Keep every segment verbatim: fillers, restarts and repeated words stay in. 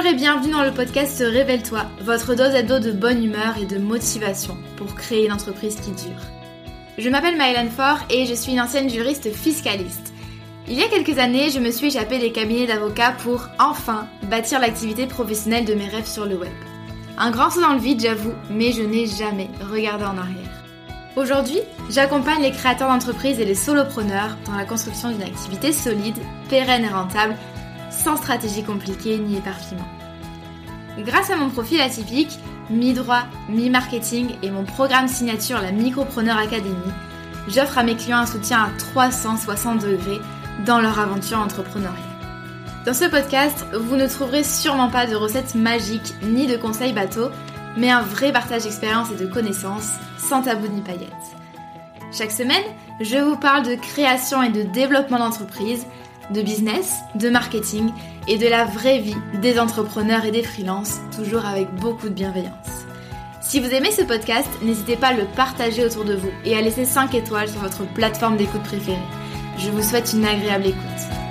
Bonjour et bienvenue dans le podcast Révèle-toi, votre dose hebdo de bonne humeur et de motivation pour créer une entreprise qui dure. Je m'appelle Maëlène Faure et je suis une ancienne juriste fiscaliste. Il y a quelques années, je me suis échappée des cabinets d'avocats pour enfin bâtir l'activité professionnelle de mes rêves sur le web. Un grand saut dans le vide, j'avoue, mais je n'ai jamais regardé en arrière. Aujourd'hui, j'accompagne les créateurs d'entreprises et les solopreneurs dans la construction d'une activité solide, pérenne et rentable, sans stratégie compliquée ni éparpillement. Grâce à mon profil atypique, mi-droit, mi-marketing et mon programme signature, la Micropreneur Academy, j'offre à mes clients un soutien à trois cent soixante degrés dans leur aventure entrepreneuriale. Dans ce podcast, vous ne trouverez sûrement pas de recettes magiques ni de conseils bateaux, mais un vrai partage d'expériences et de connaissances, sans tabou ni paillettes. Chaque semaine, je vous parle de création et de développement d'entreprise, de business, de marketing et de la vraie vie des entrepreneurs et des freelances, toujours avec beaucoup de bienveillance. Si vous aimez ce podcast, n'hésitez pas à le partager autour de vous et à laisser cinq étoiles sur votre plateforme d'écoute préférée. Je vous souhaite une agréable écoute.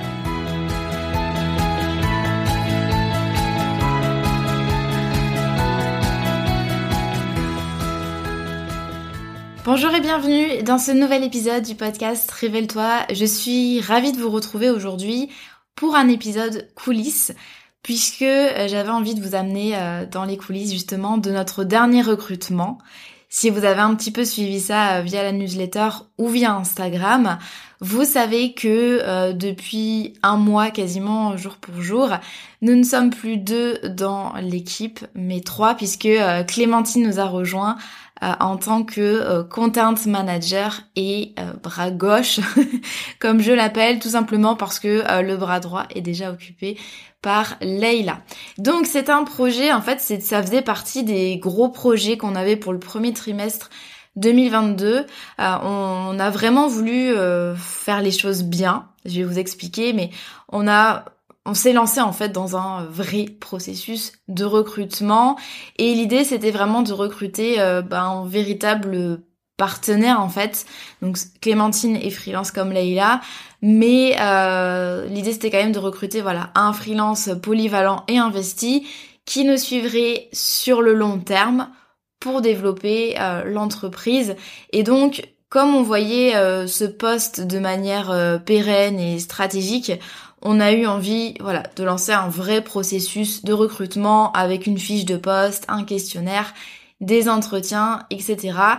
Bonjour et bienvenue dans ce nouvel épisode du podcast Révèle-toi. Je suis ravie de vous retrouver aujourd'hui pour un épisode coulisses, puisque j'avais envie de vous amener dans les coulisses justement de notre dernier recrutement. Si vous avez un petit peu suivi ça via la newsletter ou via Instagram, vous savez que euh, depuis un mois quasiment jour pour jour, nous ne sommes plus deux dans l'équipe, mais trois, puisque euh, Clémentine nous a rejoints euh, en tant que euh, content manager et euh, bras gauche, comme je l'appelle, tout simplement parce que euh, le bras droit est déjà occupé par Leïla. Donc c'est un projet, en fait, c'est, ça faisait partie des gros projets qu'on avait pour le premier trimestre deux mille vingt-deux. Euh, on, on a vraiment voulu euh, faire les choses bien. Je vais vous expliquer, mais on a, on s'est lancé en fait dans un vrai processus de recrutement et l'idée c'était vraiment de recruter euh, ben, un véritable partenaire en fait. Donc Clémentine est freelance comme Leïla, mais euh, l'idée c'était quand même de recruter voilà un freelance polyvalent et investi qui nous suivrait sur le long terme pour développer euh, l'entreprise. Et donc, comme on voyait euh, ce poste de manière euh, pérenne et stratégique, on a eu envie voilà, de lancer un vrai processus de recrutement avec une fiche de poste, un questionnaire, des entretiens, et cetera.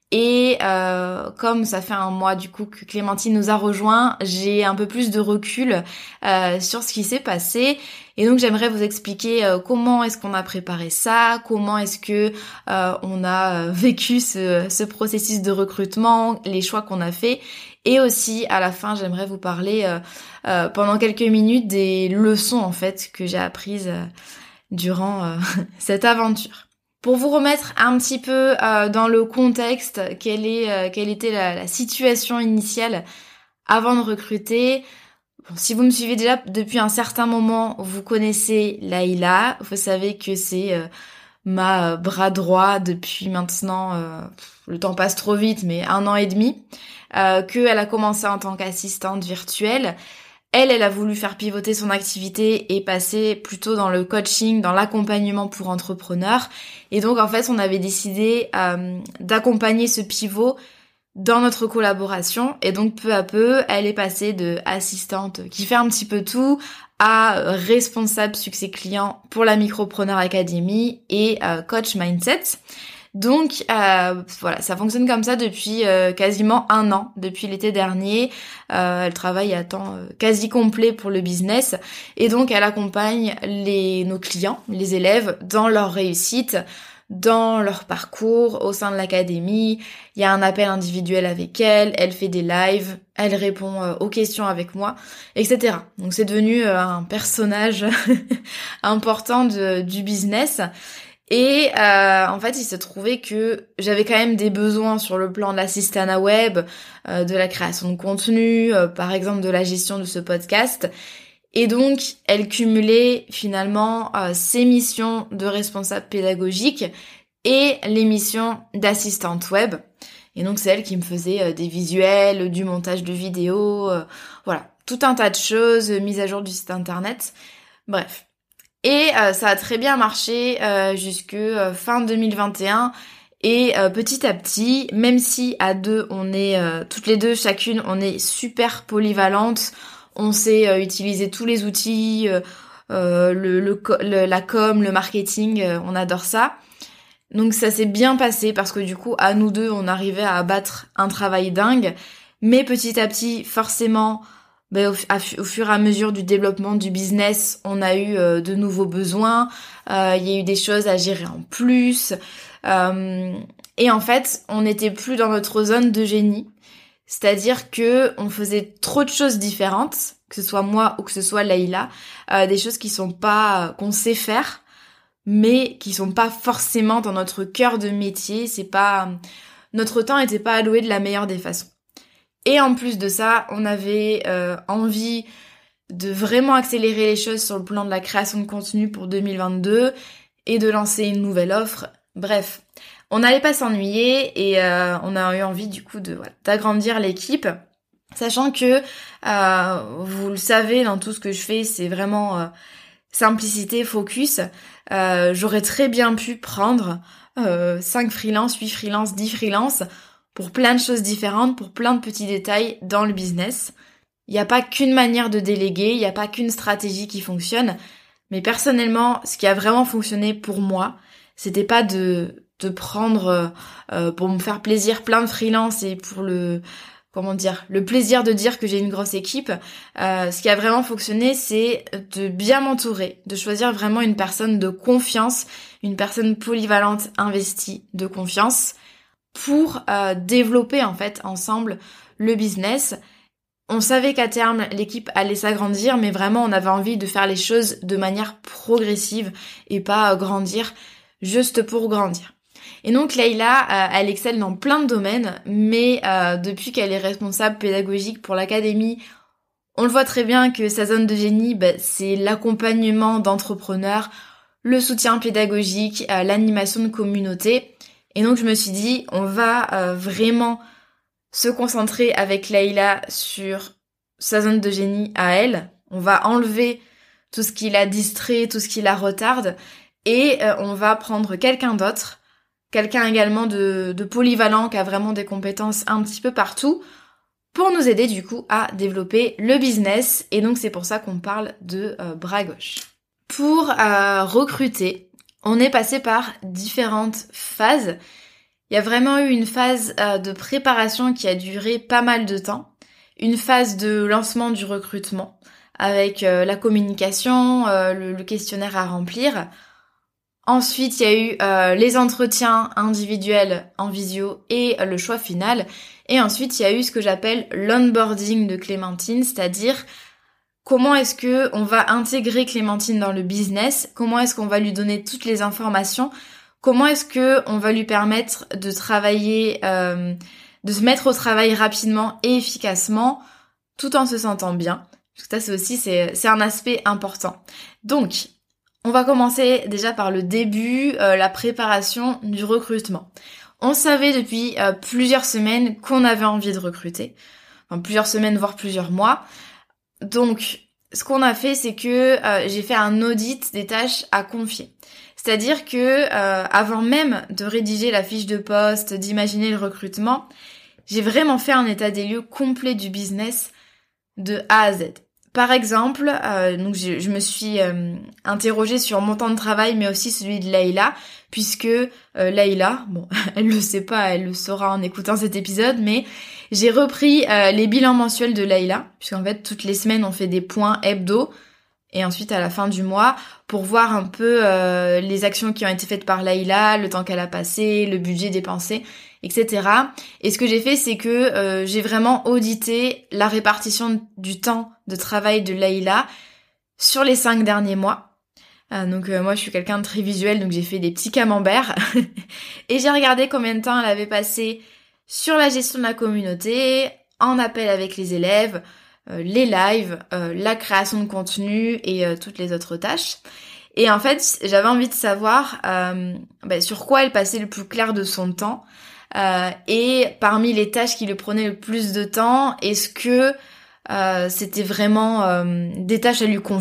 Et euh, comme ça fait un mois du coup que Clémentine nous a rejoints, j'ai un peu plus de recul euh, sur ce qui s'est passé. Et donc j'aimerais vous expliquer euh, comment est-ce qu'on a préparé ça, comment est-ce que euh, on a vécu ce, ce processus de recrutement, les choix qu'on a fait. Et aussi à la fin j'aimerais vous parler euh, euh, pendant quelques minutes des leçons en fait que j'ai apprises euh, durant euh, cette aventure. Pour vous remettre un petit peu euh, dans le contexte, quelle est, euh, quelle était la, la situation initiale avant de recruter. Bon, si vous me suivez déjà depuis un certain moment, vous connaissez Leïla. Vous savez que c'est euh, ma euh, bras droit depuis maintenant, euh, le temps passe trop vite, mais un an et demi, euh, qu'elle a commencé en tant qu'assistante virtuelle. Elle, elle a voulu faire pivoter son activité et passer plutôt dans le coaching, dans l'accompagnement pour entrepreneurs. Et donc, en fait, on avait décidé euh, d'accompagner ce pivot dans notre collaboration. Et donc, peu à peu, elle est passée de assistante qui fait un petit peu tout à responsable succès client pour la Micropreneur Academy et euh, coach mindset. Donc euh, voilà, ça fonctionne comme ça depuis euh, quasiment un an, depuis l'été dernier. Euh, elle travaille à temps euh, quasi complet pour le business et donc elle accompagne les nos clients, les élèves, dans leur réussite, dans leur parcours au sein de l'académie. Il y a un appel individuel avec elle, elle fait des lives, elle répond euh, aux questions avec moi, et cetera. Donc c'est devenu euh, un personnage important de, du business. Et euh, en fait, il se trouvait que j'avais quand même des besoins sur le plan de l'assistanat web, euh, de la création de contenu, euh, par exemple de la gestion de ce podcast. Et donc, elle cumulait finalement euh, ses missions de responsable pédagogique et les missions d'assistante web. Et donc, c'est elle qui me faisait euh, des visuels, du montage de vidéos, euh, voilà, tout un tas de choses, mise à jour du site internet. Bref. Et euh, ça a très bien marché euh, jusque euh, fin deux mille vingt et un. Et euh, petit à petit, même si à deux, on est euh, toutes les deux, chacune, on est super polyvalente, on sait euh, utiliser tous les outils, euh, euh, le, le, le, la com, le marketing, euh, on adore ça. Donc ça s'est bien passé parce que du coup, à nous deux, on arrivait à abattre un travail dingue. Mais petit à petit, forcément, ben, au, à, au fur et à mesure du développement du business, on a eu euh, de nouveaux besoins. Euh, il y a eu des choses à gérer en plus. Euh, et en fait, on n'était plus dans notre zone de génie. C'est-à-dire que on faisait trop de choses différentes, que ce soit moi ou que ce soit Leïla, euh, des choses qui sont pas qu'on sait faire, mais qui sont pas forcément dans notre cœur de métier. C'est pas notre temps était pas alloué de la meilleure des façons. Et en plus de ça, on avait euh, envie de vraiment accélérer les choses sur le plan de la création de contenu pour deux mille vingt-deux et de lancer une nouvelle offre. Bref, on n'allait pas s'ennuyer et euh, on a eu envie du coup de voilà, d'agrandir l'équipe, sachant que euh, vous le savez, dans tout ce que je fais, c'est vraiment euh, simplicité, focus. Euh, j'aurais très bien pu prendre euh, cinq freelances, huit freelances, dix freelances pour plein de choses différentes, pour plein de petits détails dans le business. Il n'y a pas qu'une manière de déléguer, il n'y a pas qu'une stratégie qui fonctionne. Mais personnellement, ce qui a vraiment fonctionné pour moi, c'était pas de de prendre euh, pour me faire plaisir plein de freelance et pour le comment dire le plaisir de dire que j'ai une grosse équipe. Euh, ce qui a vraiment fonctionné, c'est de bien m'entourer, de choisir vraiment une personne de confiance, une personne polyvalente, investie, de confiance, pour euh, développer en fait ensemble le business. On savait qu'à terme, l'équipe allait s'agrandir, mais vraiment, on avait envie de faire les choses de manière progressive et pas euh, grandir juste pour grandir. Et donc, Leïla, euh, elle excelle dans plein de domaines, mais euh, depuis qu'elle est responsable pédagogique pour l'académie, on le voit très bien que sa zone de génie, bah, c'est l'accompagnement d'entrepreneurs, le soutien pédagogique, euh, l'animation de communauté. Et donc, je me suis dit, on va euh, vraiment se concentrer avec Leïla sur sa zone de génie à elle. On va enlever tout ce qui la distrait, tout ce qui la retarde, et euh, on va prendre quelqu'un d'autre, quelqu'un également de, de polyvalent, qui a vraiment des compétences un petit peu partout, pour nous aider du coup à développer le business. Et donc c'est pour ça qu'on parle de euh, bras gauche. Pour euh, recruter, on est passé par différentes phases. Il y a vraiment eu une phase euh, de préparation qui a duré pas mal de temps, une phase de lancement du recrutement avec euh, la communication, euh, le, le questionnaire à remplir. Ensuite, il y a eu euh, les entretiens individuels en visio et euh, le choix final. Et ensuite, il y a eu ce que j'appelle l'onboarding de Clémentine, c'est-à-dire comment est-ce que on va intégrer Clémentine dans le business, comment est-ce qu'on va lui donner toutes les informations, comment est-ce que on va lui permettre de travailler, euh, de se mettre au travail rapidement et efficacement, tout en se sentant bien. Parce que ça, c'est aussi c'est, c'est un aspect important. Donc, on va commencer déjà par le début, euh, la préparation du recrutement. On savait depuis euh, plusieurs semaines qu'on avait envie de recruter, enfin plusieurs semaines voire plusieurs mois. Donc, ce qu'on a fait, c'est que euh, j'ai fait un audit des tâches à confier. C'est-à-dire que euh, avant même de rédiger la fiche de poste, d'imaginer le recrutement, j'ai vraiment fait un état des lieux complet du business de A à Z. Par exemple, euh, donc je, je me suis euh, interrogée sur mon temps de travail, mais aussi celui de Leïla, puisque euh, Leïla, bon, elle le sait pas, elle le saura en écoutant cet épisode, mais j'ai repris euh, les bilans mensuels de Leïla, puisqu'en fait toutes les semaines on fait des points hebdo, et ensuite à la fin du mois, pour voir un peu euh, les actions qui ont été faites par Leïla, le temps qu'elle a passé, le budget dépensé, et cetera. Et ce que j'ai fait, c'est que euh, j'ai vraiment audité la répartition du temps de travail de Leïla sur les cinq derniers mois. Euh, donc euh, moi, je suis quelqu'un de très visuel, donc j'ai fait des petits camemberts. Et j'ai regardé combien de temps elle avait passé sur la gestion de la communauté, en appel avec les élèves, euh, les lives, euh, la création de contenu et euh, toutes les autres tâches. Et en fait, j'avais envie de savoir euh, bah, sur quoi elle passait le plus clair de son temps. Euh, et parmi les tâches qui lui prenaient le plus de temps, est-ce que euh, c'était vraiment euh, des tâches à lui confier,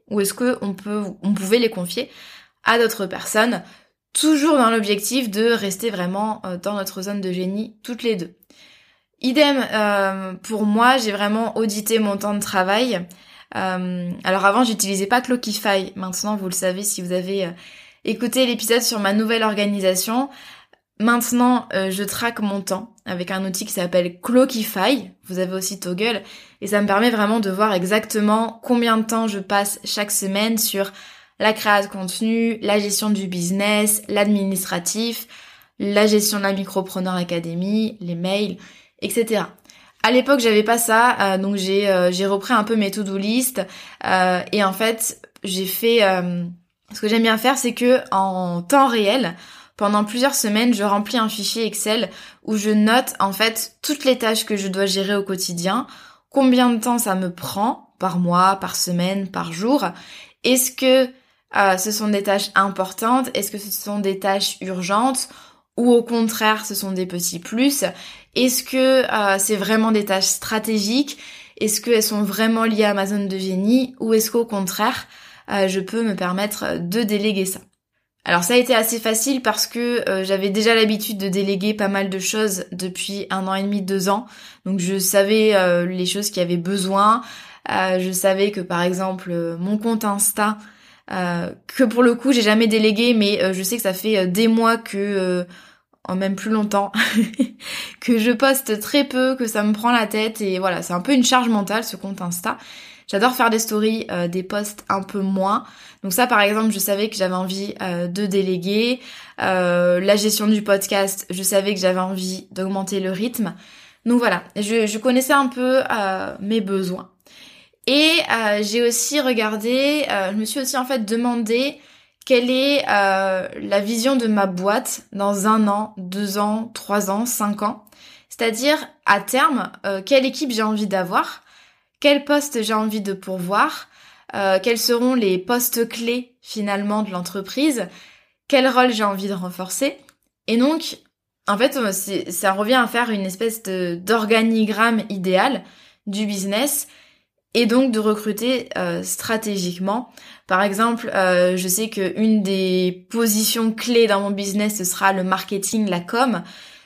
ou est-ce que on peut, on pouvait les confier à d'autres personnes, toujours dans l'objectif de rester vraiment dans notre zone de génie toutes les deux. Idem, euh, pour moi, j'ai vraiment audité mon temps de travail. Euh, alors avant, j'utilisais pas Clockify. Maintenant, vous le savez si vous avez euh, écouté l'épisode sur ma nouvelle organisation. Maintenant, euh, je traque mon temps avec un outil qui s'appelle Clockify. Vous avez aussi Toggle. Et ça me permet vraiment de voir exactement combien de temps je passe chaque semaine sur la création de contenu, la gestion du business, l'administratif, la gestion de la Micropreneur Academy, les mails, et cetera. À l'époque, j'avais pas ça, euh, donc j'ai euh, j'ai repris un peu mes to-do list euh, et en fait, j'ai fait euh, ce que j'aime bien faire, c'est que en temps réel, pendant plusieurs semaines, je remplis un fichier Excel où je note en fait toutes les tâches que je dois gérer au quotidien, combien de temps ça me prend par mois, par semaine, par jour. Est-ce que euh, ce sont des tâches importantes? Est-ce que ce sont des tâches urgentes? Ou au contraire, ce sont des petits plus? Est-ce que euh, c'est vraiment des tâches stratégiques? Est-ce qu'elles sont vraiment liées à ma zone de génie? Ou est-ce qu'au contraire, euh, je peux me permettre de déléguer ça? Alors ça a été assez facile parce que euh, j'avais déjà l'habitude de déléguer pas mal de choses depuis un an et demi, deux ans. Donc je savais euh, les choses qui avaient besoin. Euh, je savais que par exemple, euh, mon compte Insta, euh, que pour le coup j'ai jamais délégué, mais euh, je sais que ça fait euh, des mois que... Euh, en même plus longtemps, que je poste très peu, que ça me prend la tête et voilà, c'est un peu une charge mentale ce compte Insta. J'adore faire des stories, euh, des posts un peu moins. Donc ça par exemple, je savais que j'avais envie euh, de déléguer. Euh, la gestion du podcast, je savais que j'avais envie d'augmenter le rythme. Donc voilà, je, je connaissais un peu euh, mes besoins. Et euh, j'ai aussi regardé, euh, je me suis aussi en fait demandé quelle est euh, la vision de ma boîte dans un an, deux ans, trois ans, cinq ans. C'est-à-dire, à terme, euh, quelle équipe j'ai envie d'avoir, quel poste j'ai envie de pourvoir, euh, quels seront les postes clés finalement de l'entreprise, quel rôle j'ai envie de renforcer. Et donc, en fait, c'est, ça revient à faire une espèce de, d'organigramme idéal du business et donc de recruter euh, stratégiquement. Par exemple, euh, je sais qu'une des positions clés dans mon business, ce sera le marketing, la com,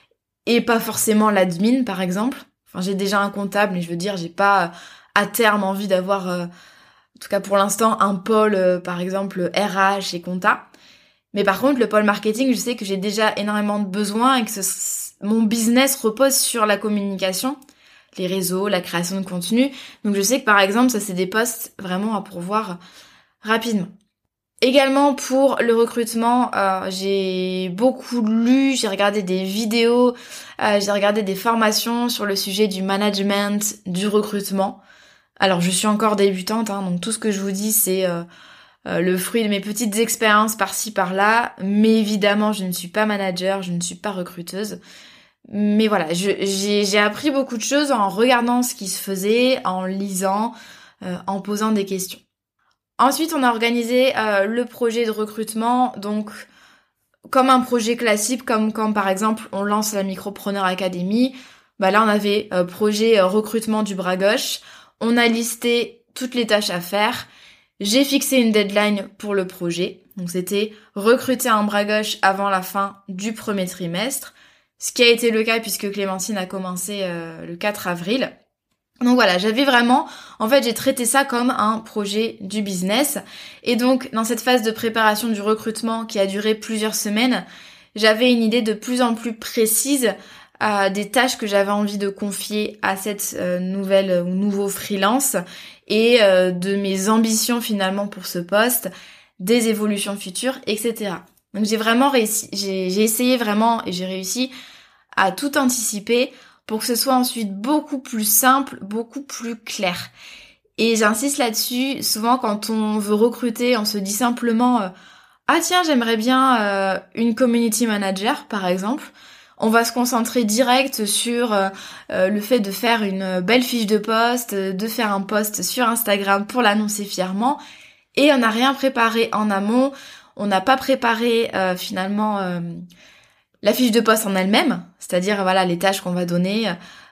et pas forcément l'admin, par exemple. Enfin, j'ai déjà un comptable, mais je veux dire, j'ai pas à terme envie d'avoir, euh, en tout cas pour l'instant, un pôle, euh, par exemple, R H et compta. Mais par contre, le pôle marketing, je sais que j'ai déjà énormément de besoins et que ce, mon business repose sur la communication, les réseaux, la création de contenu. Donc je sais que par exemple, ça c'est des postes vraiment à pourvoir rapidement. Également pour le recrutement, euh, j'ai beaucoup lu, j'ai regardé des vidéos, euh, j'ai regardé des formations sur le sujet du management, du recrutement. Alors je suis encore débutante, hein, donc tout ce que je vous dis c'est euh, euh, le fruit de mes petites expériences par-ci par-là, mais évidemment je ne suis pas manager, je ne suis pas recruteuse. Mais voilà, je, j'ai, j'ai appris beaucoup de choses en regardant ce qui se faisait, en lisant, euh, en posant des questions. Ensuite, on a organisé euh, le projet de recrutement, donc comme un projet classique, comme quand par exemple on lance la Micropreneur Academy. Bah là, on avait euh, projet euh, recrutement du bras gauche. On a listé toutes les tâches à faire. J'ai fixé une deadline pour le projet. Donc c'était recruter un bras gauche avant la fin du premier trimestre. Ce qui a été le cas puisque Clémentine a commencé euh, le quatre avril. Donc voilà, j'avais vraiment, en fait j'ai traité ça comme un projet du business. Et donc dans cette phase de préparation du recrutement qui a duré plusieurs semaines, j'avais une idée de plus en plus précise euh, des tâches que j'avais envie de confier à cette euh, nouvelle ou nouveau freelance et euh, de mes ambitions finalement pour ce poste, des évolutions futures, et cetera. Donc j'ai vraiment réussi, j'ai, j'ai essayé vraiment et j'ai réussi à tout anticiper pour que ce soit ensuite beaucoup plus simple, beaucoup plus clair. Et j'insiste là-dessus, souvent quand on veut recruter, on se dit simplement euh, ah tiens, j'aimerais bien euh, une community manager par exemple. On va se concentrer direct sur euh, euh, le fait de faire une belle fiche de poste, de faire un post sur Instagram pour l'annoncer fièrement, et on n'a rien préparé en amont, on n'a pas préparé euh, finalement euh, la fiche de poste en elle-même, c'est-à-dire voilà les tâches qu'on va donner,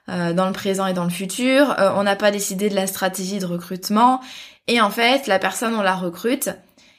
euh, dans le présent et dans le futur. Euh, on n'a pas décidé de la stratégie de recrutement. Et en fait, la personne, on la recrute.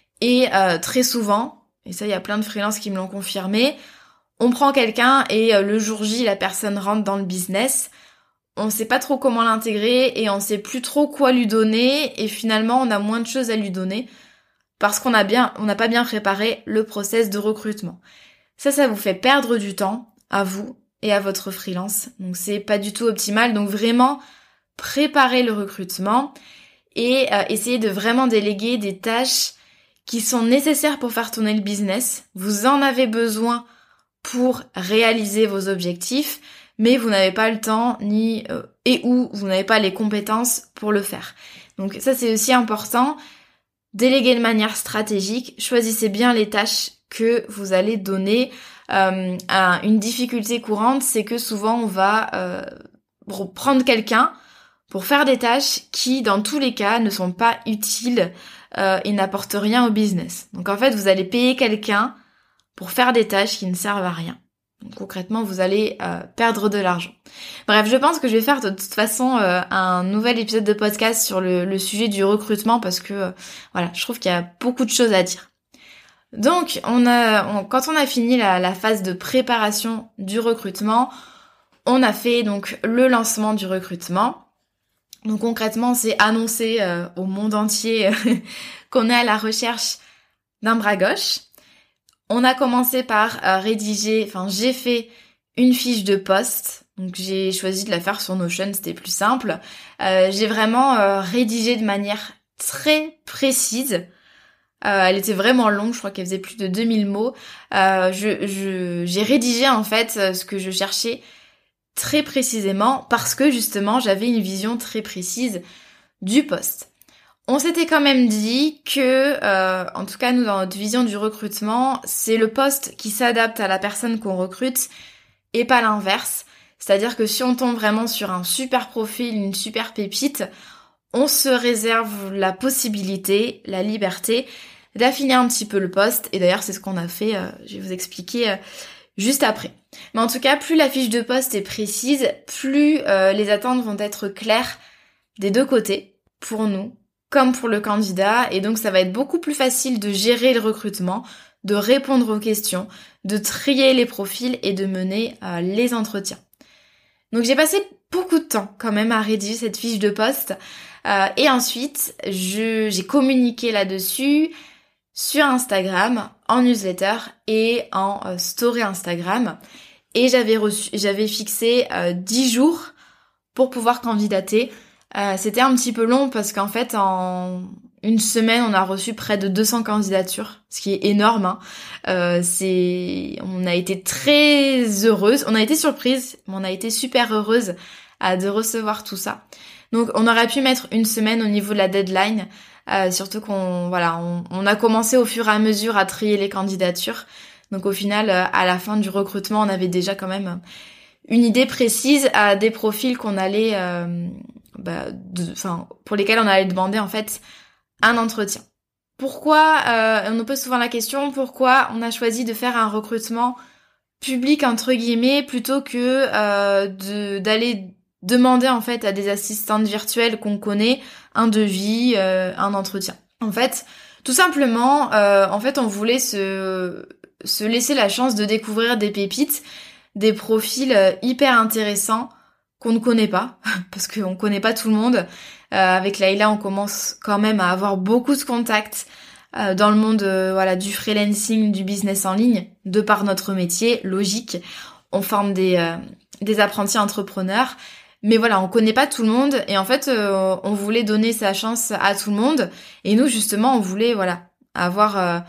Et euh, très souvent, et ça, il y a plein de freelances qui me l'ont confirmé, on prend quelqu'un et euh, le jour J, la personne rentre dans le business. On sait pas trop comment l'intégrer et on sait plus trop quoi lui donner. Et finalement, on a moins de choses à lui donner parce qu'on a bien, on n'a pas bien préparé le process de recrutement. Ça, ça vous fait perdre du temps à vous et à votre freelance. Donc c'est pas du tout optimal. Donc vraiment, préparez le recrutement et euh, essayez de vraiment déléguer des tâches qui sont nécessaires pour faire tourner le business. Vous en avez besoin pour réaliser vos objectifs, mais vous n'avez pas le temps ni euh, et ou vous n'avez pas les compétences pour le faire. Donc ça, c'est aussi important. Déléguer de manière stratégique. Choisissez bien les tâches que vous allez donner. Euh, une difficulté courante, c'est que souvent on va euh, prendre quelqu'un pour faire des tâches qui, dans tous les cas, ne sont pas utiles euh, et n'apportent rien au business. Donc en fait, vous allez payer quelqu'un pour faire des tâches qui ne servent à rien. Donc concrètement, vous allez euh, perdre de l'argent. Bref, je pense que je vais faire de toute façon euh, un nouvel épisode de podcast sur le, le sujet du recrutement parce que euh, voilà, je trouve qu'il y a beaucoup de choses à dire. Donc, on a, on, quand on a fini la, la phase de préparation du recrutement, on a fait donc le lancement du recrutement. Donc concrètement, c'est annoncer euh, au monde entier qu'on est à la recherche d'un bras gauche. On a commencé par euh, rédiger, enfin j'ai fait une fiche de poste. Donc j'ai choisi de la faire sur Notion, c'était plus simple. Euh, j'ai vraiment euh, rédigé de manière très précise. Euh, elle était vraiment longue, je crois qu'elle faisait plus de deux mille mots. Euh, je, je, j'ai rédigé en fait ce que je cherchais très précisément parce que justement j'avais une vision très précise du poste. On s'était quand même dit que, euh, en tout cas nous dans notre vision du recrutement, c'est le poste qui s'adapte à la personne qu'on recrute et pas l'inverse. C'est-à-dire que si on tombe vraiment sur un super profil, une super pépite, on se réserve la possibilité, la liberté d'affiner un petit peu le poste. Et d'ailleurs c'est ce qu'on a fait, euh, je vais vous expliquer euh, juste après. Mais en tout cas, plus la fiche de poste est précise, plus euh, les attentes vont être claires des deux côtés, pour nous comme pour le candidat, et donc ça va être beaucoup plus facile de gérer le recrutement, de répondre aux questions, de trier les profils et de mener euh, les entretiens. Donc j'ai passé beaucoup de temps quand même à rédiger cette fiche de poste, euh, et ensuite je, j'ai communiqué là-dessus sur Instagram, en newsletter et en euh, story Instagram, et j'avais reçu, j'avais fixé euh, dix jours pour pouvoir candidater. Euh, c'était un petit peu long parce qu'en fait, en une semaine, on a reçu près de deux cents candidatures, ce qui est énorme. Hein. Euh, c'est, on a été très heureuse, on a été surprise, mais on a été super heureuse à de recevoir tout ça. Donc, on aurait pu mettre une semaine au niveau de la deadline, euh, surtout qu'on, voilà, on, on a commencé au fur et à mesure à trier les candidatures. Donc, au final, à la fin du recrutement, on avait déjà quand même une idée précise à des profils qu'on allait euh, Bah, de, enfin, pour lesquels on allait demander en fait un entretien. Pourquoi, euh, on nous pose souvent la question, pourquoi on a choisi de faire un recrutement public entre guillemets plutôt que euh, de, d'aller demander en fait à des assistantes virtuelles qu'on connaît un devis, euh, un entretien. En fait, tout simplement, euh, en fait, on voulait se, se laisser la chance de découvrir des pépites, des profils euh, hyper intéressants qu'on ne connaît pas, parce qu'on connaît pas tout le monde. Euh, avec Laïla, on commence quand même à avoir beaucoup de contacts euh, dans le monde euh, voilà, du freelancing, du business en ligne, de par notre métier, logique. On forme des, euh, des apprentis entrepreneurs, mais voilà, on connaît pas tout le monde, et en fait, euh, on voulait donner sa chance à tout le monde, et nous, justement, on voulait voilà avoir euh,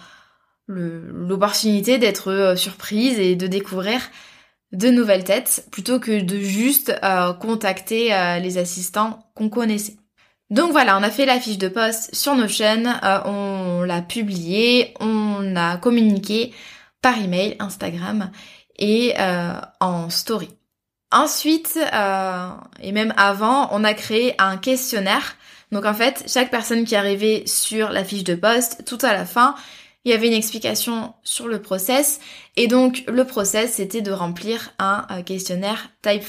le, l'opportunité d'être euh, surprise et de découvrir de nouvelles têtes plutôt que de juste euh, contacter euh, les assistants qu'on connaissait. Donc voilà, on a fait la fiche de poste sur Notion, euh, on l'a publiée, on a communiqué par email, Instagram et euh, en story. Ensuite, euh, et même avant, on a créé un questionnaire. Donc en fait, chaque personne qui arrivait sur la fiche de poste, tout à la fin, il y avait une explication sur le process, et donc le process c'était de remplir un questionnaire Typeform.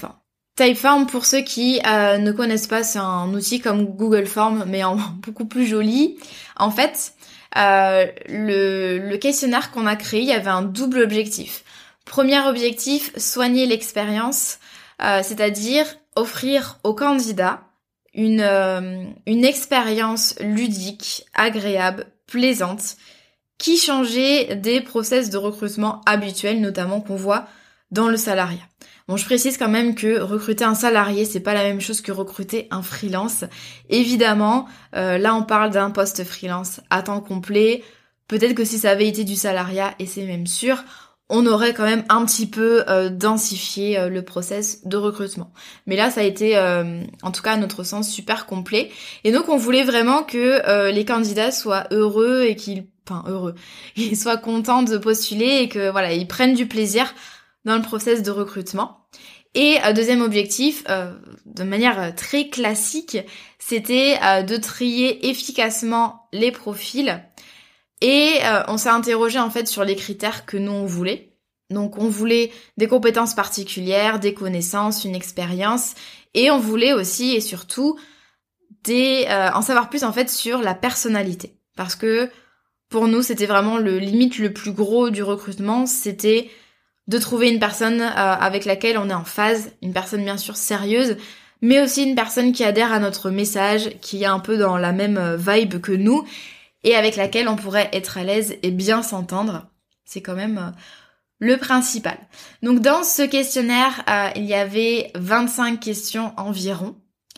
Typeform, pour ceux qui euh, ne connaissent pas, c'est un outil comme Google Form, mais en beaucoup plus joli. En fait, euh, le, le questionnaire qu'on a créé, il y avait un double objectif. Premier objectif, soigner l'expérience, euh, c'est-à-dire offrir aux candidats une, euh, une expérience ludique, agréable, plaisante, qui changeait des process de recrutement habituels, notamment qu'on voit dans le salariat. Bon, je précise quand même que recruter un salarié, c'est pas la même chose que recruter un freelance. Évidemment, euh, là on parle d'un poste freelance à temps complet. Peut-être que si ça avait été du salariat, et c'est même sûr, on aurait quand même un petit peu euh, densifié euh, le process de recrutement. Mais là, ça a été, euh, en tout cas à notre sens, super complet. Et donc on voulait vraiment que euh, les candidats soient heureux et qu'ils, enfin heureux, ils soient contents de postuler et que voilà, ils prennent du plaisir dans le process de recrutement. Et euh, deuxième objectif, euh, de manière très classique, c'était euh, de trier efficacement les profils. Et euh, on s'est interrogé en fait sur les critères que nous on voulait. Donc on voulait des compétences particulières, des connaissances, une expérience, et on voulait aussi et surtout des, euh, en savoir plus en fait sur la personnalité. Parce que pour nous c'était vraiment le limite le plus gros du recrutement, c'était de trouver une personne euh, avec laquelle on est en phase, une personne bien sûr sérieuse, mais aussi une personne qui adhère à notre message, qui est un peu dans la même euh, vibe que nous, et avec laquelle on pourrait être à l'aise et bien s'entendre. C'est quand même euh, le principal. Donc dans ce questionnaire, euh, il y avait vingt-cinq questions environ,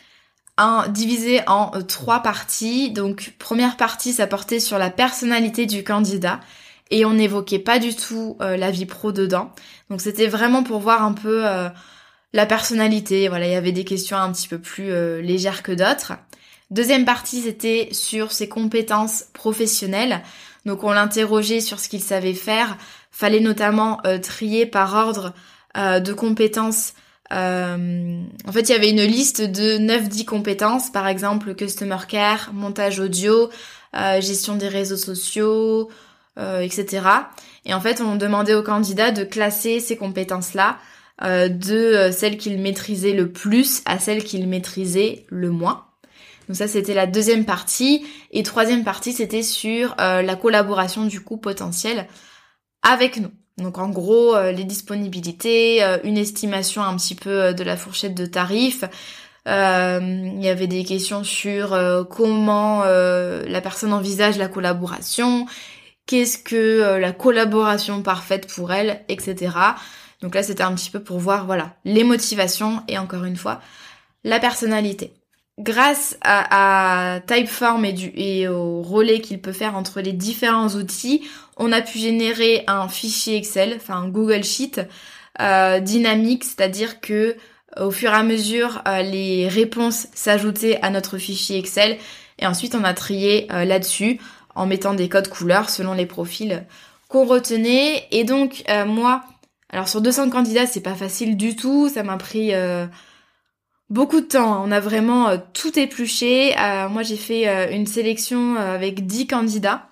un, divisé en euh, trois parties. Donc première partie, ça portait sur la personnalité du candidat, et on n'évoquait pas du tout euh, la vie pro dedans. Donc c'était vraiment pour voir un peu euh, la personnalité. Voilà, il y avait des questions un petit peu plus euh, légères que d'autres. Deuxième partie, c'était sur ses compétences professionnelles. Donc on l'interrogeait sur ce qu'il savait faire. Fallait notamment euh, trier par ordre euh, de compétences. Euh, en fait, il y avait une liste de neuf dix compétences, par exemple Customer Care, montage audio, euh, gestion des réseaux sociaux, euh, et cetera. Et en fait, on demandait aux candidats de classer ces compétences-là euh, de euh, celles qu'ils maîtrisaient le plus à celles qu'ils maîtrisaient le moins. Donc ça, c'était la deuxième partie. Et troisième partie, c'était sur euh, la collaboration du coup potentielle avec nous. Donc en gros, euh, les disponibilités, euh, une estimation un petit peu euh, de la fourchette de tarifs. Euh, il y avait des questions sur euh, comment euh, la personne envisage la collaboration, qu'est-ce que euh, la collaboration parfaite pour elle, et cetera. Donc là, c'était un petit peu pour voir, voilà, les motivations et encore une fois, la personnalité. Grâce à, à Typeform et, du, et au relais qu'il peut faire entre les différents outils, on a pu générer un fichier Excel, enfin un Google Sheet euh, dynamique, c'est-à-dire que au fur et à mesure, euh, les réponses s'ajoutaient à notre fichier Excel et ensuite on a trié euh, là-dessus en mettant des codes couleurs selon les profils qu'on retenait. Et donc euh, moi, alors sur deux cents candidats, c'est pas facile du tout, ça m'a pris euh, beaucoup de temps, on a vraiment euh, tout épluché. Euh, moi j'ai fait euh, une sélection euh, avec dix candidats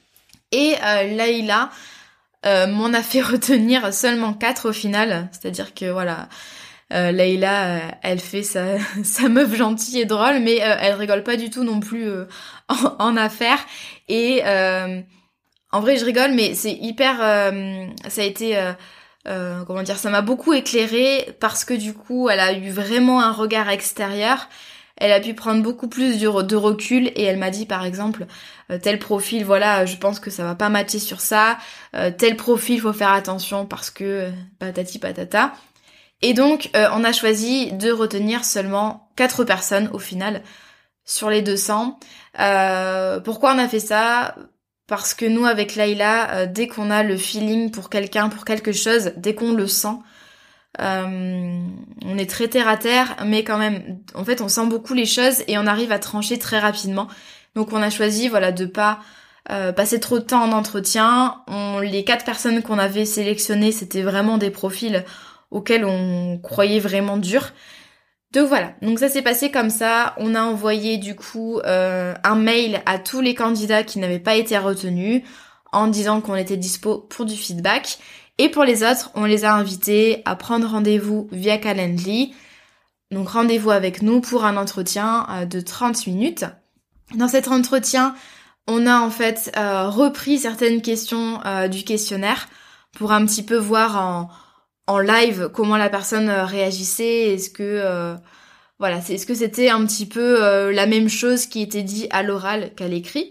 et euh, Laïla euh, m'en a fait retenir seulement quatre au final, c'est-à-dire que voilà, euh, Laïla euh, elle fait sa, sa meuf gentille et drôle, mais euh, elle rigole pas du tout non plus euh, en, en affaires. Et euh, en vrai je rigole, mais c'est hyper, euh, ça a été... Euh, Euh, comment dire, ça m'a beaucoup éclairée parce que du coup elle a eu vraiment un regard extérieur, elle a pu prendre beaucoup plus de recul et elle m'a dit par exemple euh, tel profil, voilà, je pense que ça va pas matcher sur ça, euh, tel profil faut faire attention parce que euh, patati patata. Et donc euh, on a choisi de retenir seulement quatre personnes au final sur les deux cents. Euh, pourquoi on a fait ça ? Parce que nous, avec Laïla, euh, dès qu'on a le feeling pour quelqu'un, pour quelque chose, dès qu'on le sent, euh, on est très terre à terre, mais quand même, en fait, on sent beaucoup les choses et on arrive à trancher très rapidement. Donc on a choisi, voilà, de pas euh, passer trop de temps en entretien. On, les quatre personnes qu'on avait sélectionnées, c'était vraiment des profils auxquels on croyait vraiment dur. Donc voilà, donc ça s'est passé comme ça, on a envoyé du coup euh, un mail à tous les candidats qui n'avaient pas été retenus en disant qu'on était dispo pour du feedback, et pour les autres, on les a invités à prendre rendez-vous via Calendly Donc rendez-vous avec nous pour un entretien euh, de trente minutes. Dans cet entretien, on a en fait euh, repris certaines questions euh, du questionnaire pour un petit peu voir en, en live comment la personne euh, réagissait. Est-ce que euh, voilà, c'est, est-ce que c'était un petit peu euh, la même chose qui était dit à l'oral qu'à l'écrit.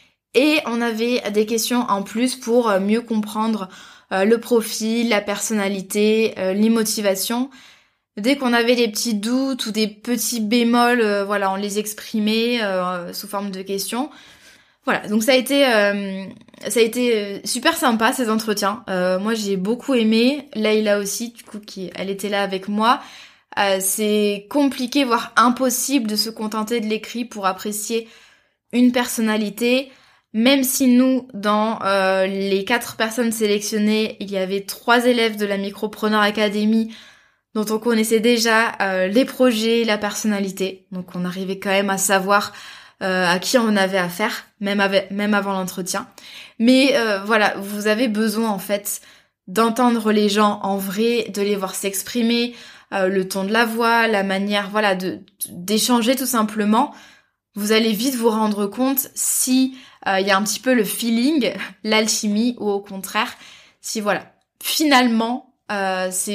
Et on avait des questions en plus pour euh, mieux comprendre euh, le profil, la personnalité, euh, les motivations. Dès qu'on avait des petits doutes ou des petits bémols, euh, voilà, on les exprimait euh, sous forme de questions. Voilà, donc ça a été, euh, ça a été super sympa ces entretiens. Euh, moi j'ai beaucoup aimé. Layla aussi, du coup, qui, elle était là avec moi. Euh, c'est compliqué, voire impossible de se contenter de l'écrit pour apprécier une personnalité. Même si nous, dans euh, les quatre personnes sélectionnées, il y avait trois élèves de la Micropreneur Academy dont on connaissait déjà euh, les projets, la personnalité. Donc on arrivait quand même à savoir euh, à qui on avait affaire, même, avec, même avant l'entretien. Mais euh, voilà, vous avez besoin en fait d'entendre les gens en vrai, de les voir s'exprimer, euh, le ton de la voix, la manière voilà de d'échanger tout simplement. Vous allez vite vous rendre compte si il euh, y a un petit peu le feeling, l'alchimie, ou au contraire, si voilà, finalement Euh, c'est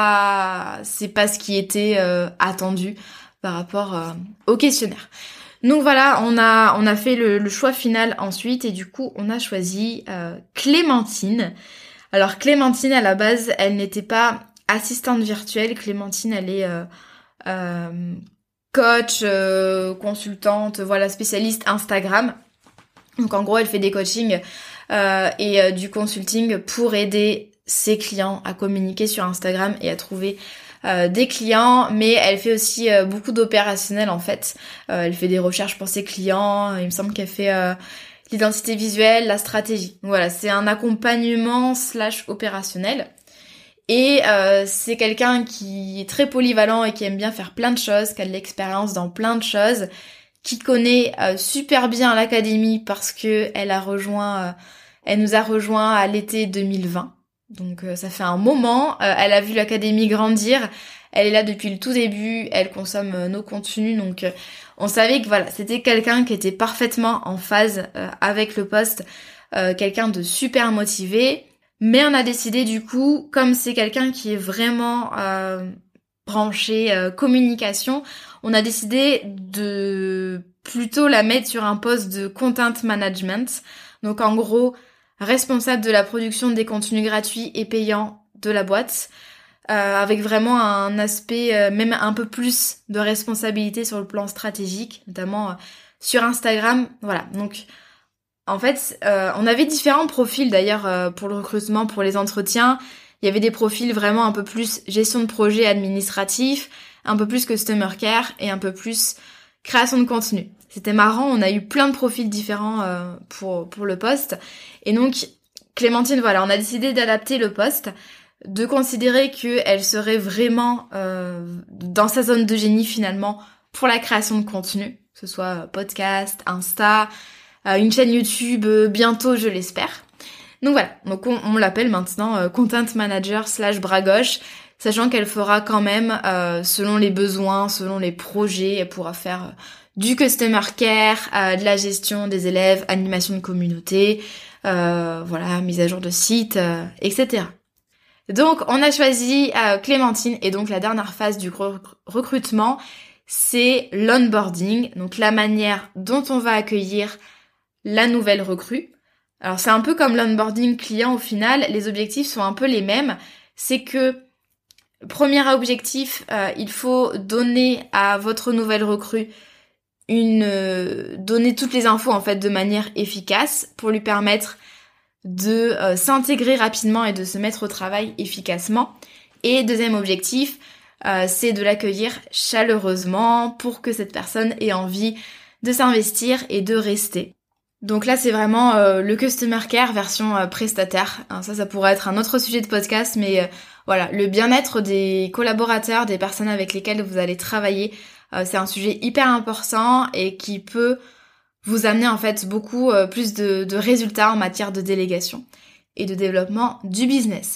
pas c'est pas ce qui était euh, attendu par rapport euh, au questionnaire. Donc voilà, on a on a fait le, le choix final ensuite et du coup on a choisi euh, Clémentine. Alors Clémentine à la base elle n'était pas assistante virtuelle. Clémentine elle est euh, euh, coach, euh, consultante, voilà, spécialiste Instagram. Donc en gros elle fait des coachings euh, et euh, du consulting pour aider ses clients à communiquer sur Instagram et à trouver euh, des clients, mais elle fait aussi euh, beaucoup d'opérationnel en fait. Euh, elle fait des recherches pour ses clients, il me semble qu'elle fait euh, l'identité visuelle, la stratégie. Donc voilà, c'est un accompagnement slash opérationnel. Et euh, c'est quelqu'un qui est très polyvalent et qui aime bien faire plein de choses, qui a de l'expérience dans plein de choses, qui connaît euh, super bien l'académie parce que elle a rejoint, euh, elle nous a rejoint à l'été deux mille vingt. Donc euh, ça fait un moment, euh, elle a vu l'académie grandir, elle est là depuis le tout début, elle consomme euh, nos contenus, donc euh, on savait que voilà, c'était quelqu'un qui était parfaitement en phase euh, avec le poste, euh, quelqu'un de super motivé, mais on a décidé du coup, comme c'est quelqu'un qui est vraiment euh, branché euh, communication, on a décidé de plutôt la mettre sur un poste de content management, donc en gros responsable de la production des contenus gratuits et payants de la boîte, euh, avec vraiment un aspect euh, même un peu plus de responsabilité sur le plan stratégique, notamment euh, sur Instagram. Voilà, donc en fait, euh, on avait différents profils d'ailleurs euh, pour le recrutement, pour les entretiens. Il y avait des profils vraiment un peu plus gestion de projet administratif, un peu plus customer care et un peu plus création de contenu. C'était marrant, on a eu plein de profils différents euh, pour pour le poste. Et donc, Clémentine, voilà, on a décidé d'adapter le poste, de considérer qu'elle serait vraiment euh, dans sa zone de génie finalement pour la création de contenu, que ce soit podcast, Insta, euh, une chaîne YouTube euh, bientôt, je l'espère. Donc voilà, donc on, on l'appelle maintenant euh, Content Manager slash bras gauche, sachant qu'elle fera quand même, euh, selon les besoins, selon les projets, elle pourra faire euh, du customer care, euh, de la gestion des élèves, animation de communauté, euh, voilà, mise à jour de site, euh, et cetera. Donc on a choisi euh, Clémentine et donc la dernière phase du rec- recrutement, c'est l'onboarding, donc la manière dont on va accueillir la nouvelle recrue. Alors c'est un peu comme l'onboarding client au final, les objectifs sont un peu les mêmes, c'est que premier objectif, euh, il faut donner à votre nouvelle recrue une euh, donner toutes les infos en fait de manière efficace pour lui permettre de euh, s'intégrer rapidement et de se mettre au travail efficacement. Et deuxième objectif, euh, c'est de l'accueillir chaleureusement pour que cette personne ait envie de s'investir et de rester. Donc là, c'est vraiment euh, le customer care version euh, prestataire. Alors ça, ça pourrait être un autre sujet de podcast, mais euh, voilà, le bien-être des collaborateurs, des personnes avec lesquelles vous allez travailler, euh, c'est un sujet hyper important et qui peut vous amener en fait beaucoup euh, plus de, de résultats en matière de délégation et de développement du business.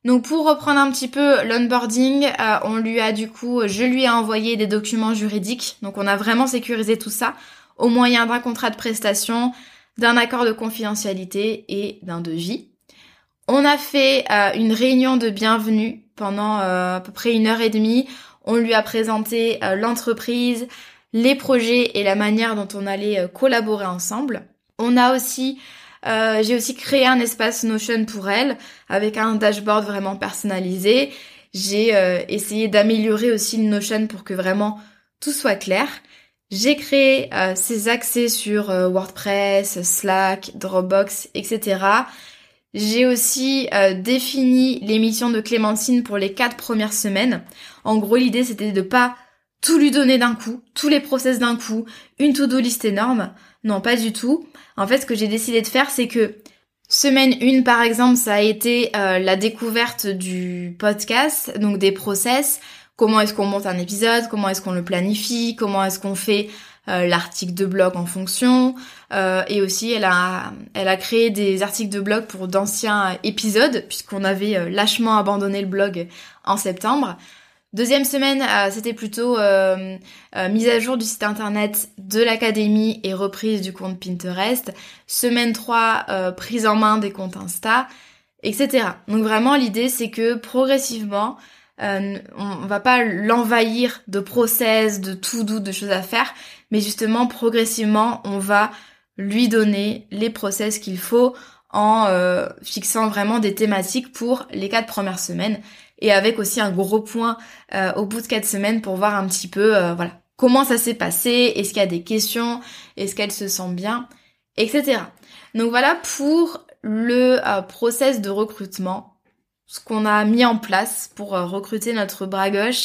Donc pour reprendre un petit peu l'onboarding, euh, on lui a du coup, je lui ai envoyé des documents juridiques. Donc on a vraiment sécurisé tout ça au moyen d'un contrat de prestation, d'un accord de confidentialité et d'un devis. On a fait euh, une réunion de bienvenue pendant euh, à peu près une heure et demie. On lui a présenté euh, l'entreprise, les projets et la manière dont on allait euh, collaborer ensemble. On a aussi Euh, j'ai aussi créé un espace Notion pour elle avec un dashboard vraiment personnalisé. J'ai euh, essayé d'améliorer aussi le Notion pour que vraiment tout soit clair. J'ai créé euh, ses accès sur euh, WordPress, Slack, Dropbox, et cetera. J'ai aussi euh, défini les missions de Clémentine pour les quatre premières semaines. En gros, l'idée c'était de pas tout lui donner d'un coup, tous les process d'un coup, une to-do list énorme. Non, pas du tout. En fait, ce que j'ai décidé de faire, c'est que semaine un, par exemple, ça a été euh, la découverte du podcast, donc des process. Comment est-ce qu'on monte un épisode, comment est-ce qu'on le planifie, comment est-ce qu'on fait euh, l'article de blog en fonction. Euh, et aussi, elle a, elle a créé des articles de blog pour d'anciens épisodes, puisqu'on avait euh, lâchement abandonné le blog en septembre. Deuxième semaine, euh, c'était plutôt euh, euh, mise à jour du site internet de l'académie et reprise du compte Pinterest. Semaine trois, euh, prise en main des comptes Insta, et cetera. Donc vraiment, l'idée, c'est que progressivement, euh, on va pas l'envahir de process, de to-do, de choses à faire, mais justement, progressivement, on va lui donner les process qu'il faut en euh, fixant vraiment des thématiques pour les quatre premières semaines. Et avec aussi un gros point euh, au bout de quatre semaines pour voir un petit peu euh, voilà comment ça s'est passé, est-ce qu'il y a des questions, est-ce qu'elle se sent bien, et cetera. Donc voilà pour le euh, process de recrutement, ce qu'on a mis en place pour euh, recruter notre bras gauche.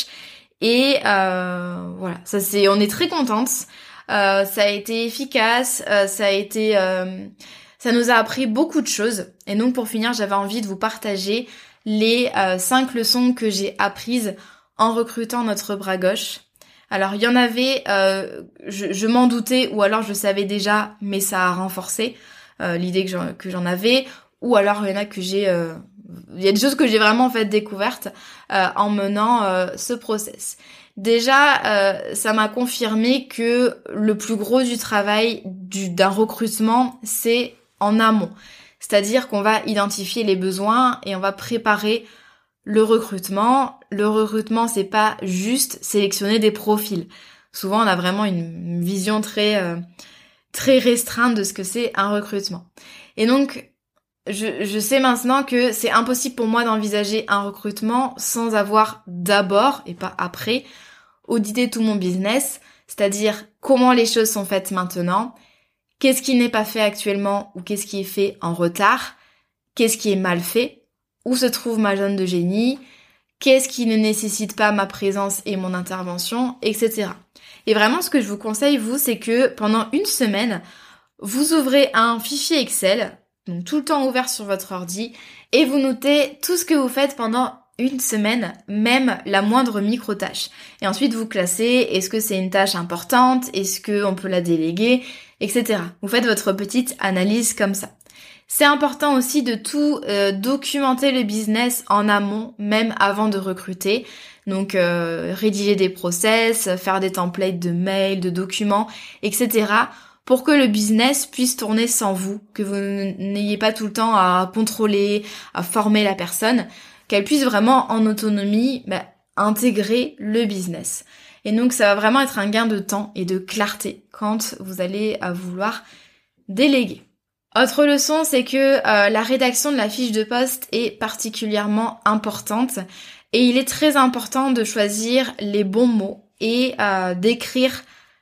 Et euh, voilà, ça c'est, on est très contente. Euh, ça a été efficace, euh, ça a été, euh, ça nous a appris beaucoup de choses. Et donc pour finir, j'avais envie de vous partager les euh, cinq leçons que j'ai apprises en recrutant notre bras gauche. Alors il y en avait, euh, je, je m'en doutais ou alors je savais déjà, mais ça a renforcé euh, l'idée que j'en, que j'en avais. Ou alors il y en a que j'ai, euh, il y a des choses que j'ai vraiment en fait découvertes euh, en menant euh, ce process. Déjà, euh, ça m'a confirmé que le plus gros du travail du, d'un recrutement, c'est en amont. C'est-à-dire qu'on va identifier les besoins et on va préparer le recrutement. Le recrutement, c'est pas juste sélectionner des profils. Souvent, on a vraiment une vision très euh, très restreinte de ce que c'est un recrutement. Et donc, je, je sais maintenant que c'est impossible pour moi d'envisager un recrutement sans avoir d'abord, et pas après, audité tout mon business, c'est-à-dire comment les choses sont faites maintenant, qu'est-ce qui n'est pas fait actuellement ou qu'est-ce qui est fait en retard, qu'est-ce qui est mal fait, où se trouve ma zone de génie, qu'est-ce qui ne nécessite pas ma présence et mon intervention, et cetera. Et vraiment, ce que je vous conseille, vous, c'est que pendant une semaine, vous ouvrez un fichier Excel, donc tout le temps ouvert sur votre ordi, et vous notez tout ce que vous faites pendant une semaine, même la moindre micro-tâche. Et ensuite, vous classez, est-ce que c'est une tâche importante, est-ce qu'on peut la déléguer, et cetera. Vous faites votre petite analyse comme ça. C'est important aussi de tout euh, documenter le business en amont, même avant de recruter. Donc euh, rédiger des process, faire des templates de mails, de documents, et cetera pour que le business puisse tourner sans vous, que vous n'ayez pas tout le temps à contrôler, à former la personne, qu'elle puisse vraiment en autonomie bah, intégrer le business. Et donc ça va vraiment être un gain de temps et de clarté quand vous allez à vouloir déléguer. Autre leçon, c'est que euh, la rédaction de la fiche de poste est particulièrement importante et il est très important de choisir les bons mots et euh, d'écrire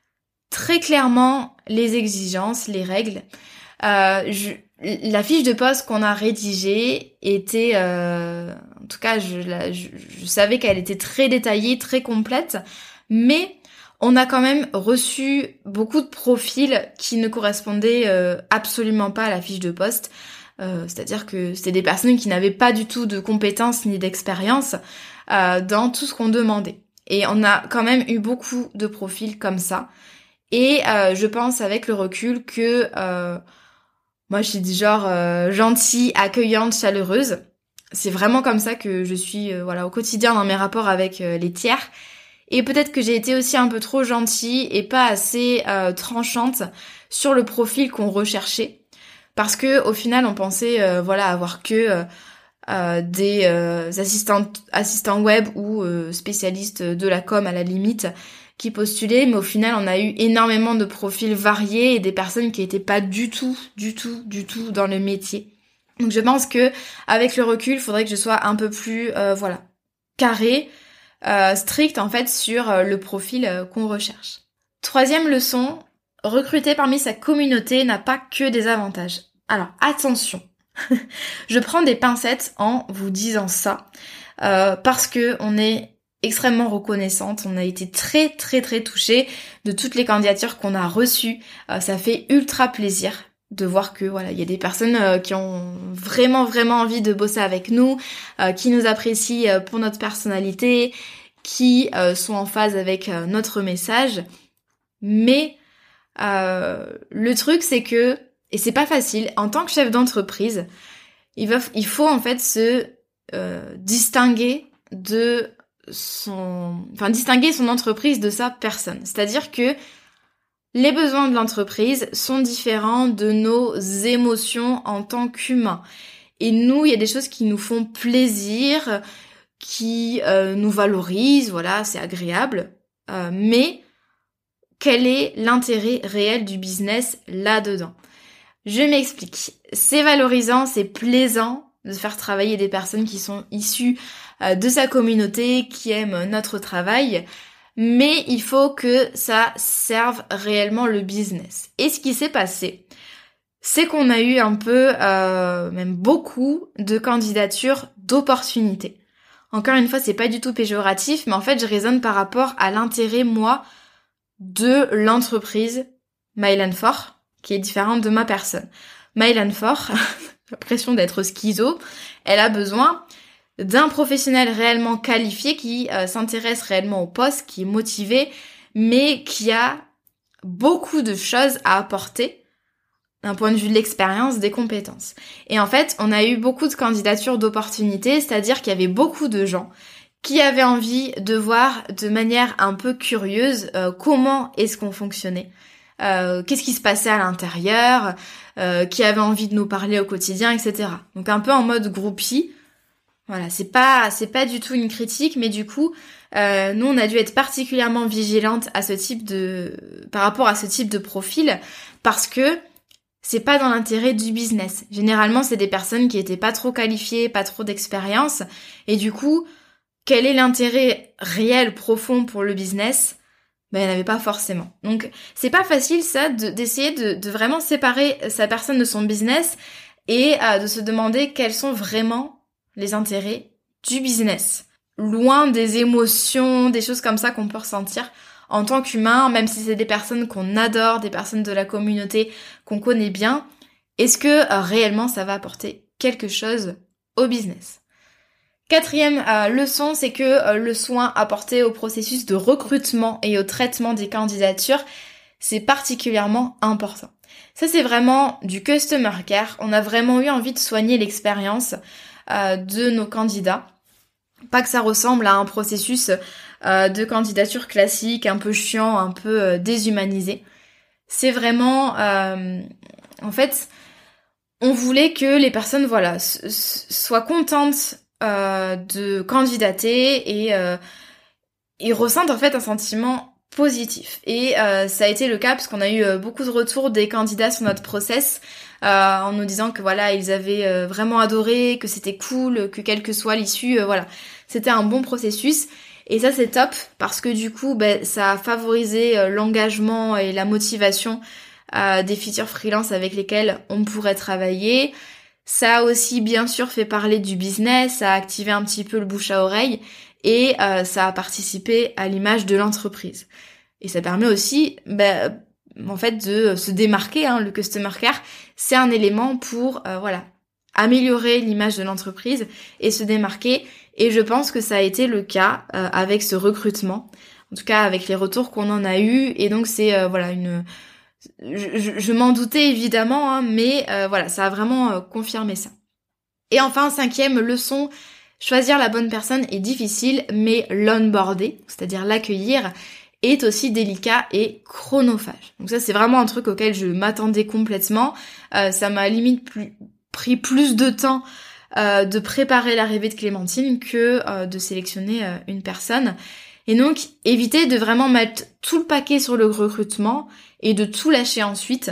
très clairement les exigences, les règles. Euh, je, la fiche de poste qu'on a rédigée était, euh, en tout cas, je, la, je, je savais qu'elle était très détaillée, très complète, mais on a quand même reçu beaucoup de profils qui ne correspondaient euh, absolument pas à la fiche de poste. Euh, c'est-à-dire que c'était des personnes qui n'avaient pas du tout de compétences ni d'expérience euh, dans tout ce qu'on demandait. Et on a quand même eu beaucoup de profils comme ça. Et euh, je pense avec le recul que euh, moi je suis du genre euh, gentille, accueillante, chaleureuse. c'est vraiment comme ça que je suis euh, voilà au quotidien dans mes rapports avec euh, les tiers. Et peut-être que j'ai été aussi un peu trop gentille et pas assez euh, tranchante sur le profil qu'on recherchait. Parce que au final, on pensait euh, voilà avoir que euh, euh, des euh, assistants assistants web ou euh, spécialistes de la com à la limite qui postulaient, mais au final, on a eu énormément de profils variés et des personnes qui étaient pas du tout, du tout, du tout dans le métier. Donc je pense que avec le recul, il faudrait que je sois un peu plus euh, voilà carré, euh, strict en fait sur euh, le profil euh, qu'on recherche. Troisième leçon, recruter parmi sa communauté n'a pas que des avantages. Alors attention, je prends des pincettes en vous disant ça euh, parce que on est extrêmement reconnaissante, on a été très très très touchés de toutes les candidatures qu'on a reçues. Euh, ça fait ultra plaisir de voir que voilà, il y a des personnes euh, qui ont vraiment vraiment envie de bosser avec nous, euh, qui nous apprécient euh, pour notre personnalité, qui euh, sont en phase avec euh, notre message. Mais euh, le truc c'est que, et c'est pas facile, en tant que chef d'entreprise, il va, il faut en fait se euh, distinguer de son, enfin distinguer son entreprise de sa personne. C'est-à-dire que les besoins de l'entreprise sont différents de nos émotions en tant qu'humains. Et nous, il y a des choses qui nous font plaisir, qui euh, nous valorisent, voilà, c'est agréable. Euh, mais quel est l'intérêt réel du business là-dedans ? Je m'explique. C'est valorisant, c'est plaisant de faire travailler des personnes qui sont issues euh, de sa communauté, qui aiment notre travail. Mais il faut que ça serve réellement le business. Et ce qui s'est passé, c'est qu'on a eu un peu, euh, même beaucoup, de candidatures d'opportunités. Encore une fois, c'est pas du tout péjoratif, mais en fait, je raisonne par rapport à l'intérêt, moi, de l'entreprise Mile and Four, qui est différente de ma personne. Mile and Four, j'ai l'impression d'être schizo, elle a besoin d'un professionnel réellement qualifié qui euh, s'intéresse réellement au poste, qui est motivé, mais qui a beaucoup de choses à apporter d'un point de vue de l'expérience, des compétences. Et en fait, on a eu beaucoup de candidatures d'opportunités, c'est-à-dire qu'il y avait beaucoup de gens qui avaient envie de voir de manière un peu curieuse euh, comment est-ce qu'on fonctionnait, euh, qu'est-ce qui se passait à l'intérieur, euh, qui avaient envie de nous parler au quotidien, et cetera. Donc un peu en mode groupie. Voilà, c'est pas c'est pas du tout une critique, mais du coup, euh, nous on a dû être particulièrement vigilante à ce type de par rapport à ce type de profil parce que c'est pas dans l'intérêt du business. Généralement, c'est des personnes qui étaient pas trop qualifiées, pas trop d'expérience, et du coup, quel est l'intérêt réel profond pour le business ? Ben, il n'y en avait pas forcément. Donc, c'est pas facile ça de, d'essayer de, de vraiment séparer sa personne de son business et euh, de se demander quels sont vraiment les intérêts du business. Loin des émotions, des choses comme ça qu'on peut ressentir en tant qu'humain, même si c'est des personnes qu'on adore, des personnes de la communauté qu'on connaît bien, est-ce que euh, réellement ça va apporter quelque chose au business ? Quatrième euh, leçon, c'est que euh, le soin apporté au processus de recrutement et au traitement des candidatures, c'est particulièrement important. Ça, c'est vraiment du customer care. On a vraiment eu envie de soigner l'expérience euh, de nos candidats. Pas que ça ressemble à un processus euh, de candidature classique, un peu chiant, un peu euh, déshumanisé. C'est vraiment... Euh, en fait, on voulait que les personnes, voilà, s- s- soient contentes euh, de candidater et, euh, et ressentent en fait un sentiment positif. Et euh, ça a été le cas parce qu'on a eu euh, beaucoup de retours des candidats sur notre process euh, en nous disant que voilà, ils avaient euh, vraiment adoré, que c'était cool, que quelle que soit l'issue, euh, voilà, c'était un bon processus. Et ça c'est top parce que du coup, ben, ça a favorisé euh, l'engagement et la motivation euh, des futurs freelance avec lesquels on pourrait travailler. Ça a aussi bien sûr fait parler du business, ça a activé un petit peu le bouche à oreille et euh, ça a participé à l'image de l'entreprise. Et ça permet aussi, bah, en fait, de se démarquer. Hein, le customer care, c'est un élément pour, euh, voilà, améliorer l'image de l'entreprise et se démarquer. Et je pense que ça a été le cas euh, avec ce recrutement, en tout cas avec les retours qu'on en a eu. Et donc c'est, euh, voilà, une Je, je, je m'en doutais évidemment, hein, mais euh, voilà, ça a vraiment euh, confirmé ça. Et enfin, cinquième leçon, choisir la bonne personne est difficile, mais l'onboarder, c'est-à-dire l'accueillir, est aussi délicat et chronophage. Donc ça, c'est vraiment un truc auquel je m'attendais complètement. Euh, ça m'a limite plus, pris plus de temps euh, de préparer l'arrivée de Clémentine que euh, de sélectionner euh, une personne. Et donc, évitez de vraiment mettre tout le paquet sur le recrutement et de tout lâcher ensuite.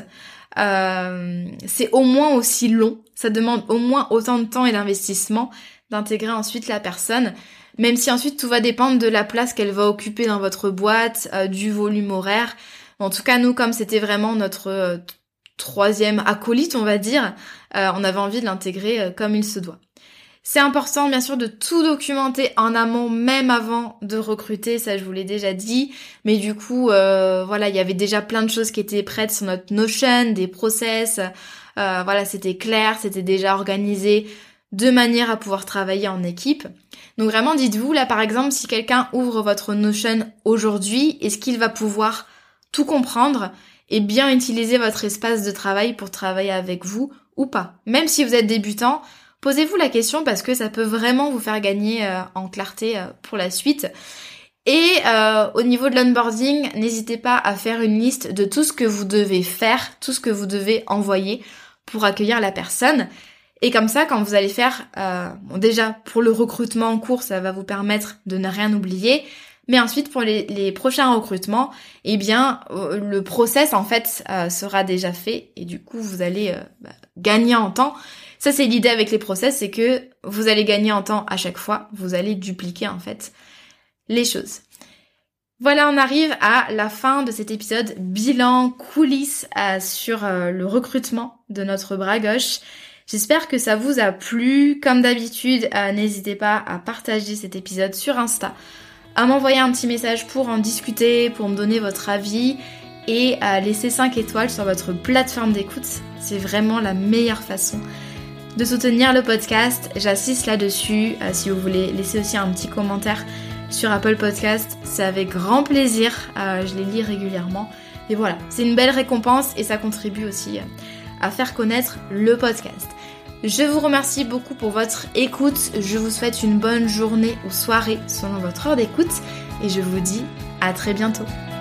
Euh, c'est au moins aussi long. Ça demande au moins autant de temps et d'investissement d'intégrer ensuite la personne. Même si ensuite tout va dépendre de la place qu'elle va occuper dans votre boîte, euh, du volume horaire. En tout cas, nous, comme c'était vraiment notre euh, troisième acolyte, on va dire, euh, on avait envie de l'intégrer euh, comme il se doit. C'est important, bien sûr, de tout documenter en amont, même avant de recruter, ça je vous l'ai déjà dit. Mais du coup, euh, voilà, il y avait déjà plein de choses qui étaient prêtes sur notre Notion, des process. Euh, voilà, c'était clair, c'était déjà organisé de manière à pouvoir travailler en équipe. Donc vraiment, dites-vous, là par exemple, si quelqu'un ouvre votre Notion aujourd'hui, est-ce qu'il va pouvoir tout comprendre et bien utiliser votre espace de travail pour travailler avec vous ou pas? Même si vous êtes débutant, posez-vous la question parce que ça peut vraiment vous faire gagner euh, en clarté euh, pour la suite. Et euh, au niveau de l'onboarding, n'hésitez pas à faire une liste de tout ce que vous devez faire, tout ce que vous devez envoyer pour accueillir la personne. Et comme ça, quand vous allez faire, euh, bon, déjà pour le recrutement en cours, ça va vous permettre de ne rien oublier. Mais ensuite, pour les, les prochains recrutements, eh bien, euh, le process en fait euh, sera déjà fait et du coup, vous allez euh, bah, gagner en temps. Ça, c'est l'idée avec les process, c'est que vous allez gagner en temps à chaque fois. Vous allez dupliquer en fait les choses. Voilà, on arrive à la fin de cet épisode bilan coulisses euh, sur euh, le recrutement de notre bras gauche. J'espère que ça vous a plu. Comme d'habitude, euh, n'hésitez pas à partager cet épisode sur Insta, à m'envoyer un petit message pour en discuter, pour me donner votre avis et à laisser cinq étoiles sur votre plateforme d'écoute. C'est vraiment la meilleure façon de soutenir le podcast. J'insiste là-dessus. Euh, si vous voulez laisser aussi un petit commentaire sur Apple Podcast, c'est avec grand plaisir. Euh, je les lis régulièrement. Et voilà, c'est une belle récompense et ça contribue aussi à faire connaître le podcast. Je vous remercie beaucoup pour votre écoute. Je vous souhaite une bonne journée ou soirée selon votre heure d'écoute. Et je vous dis à très bientôt.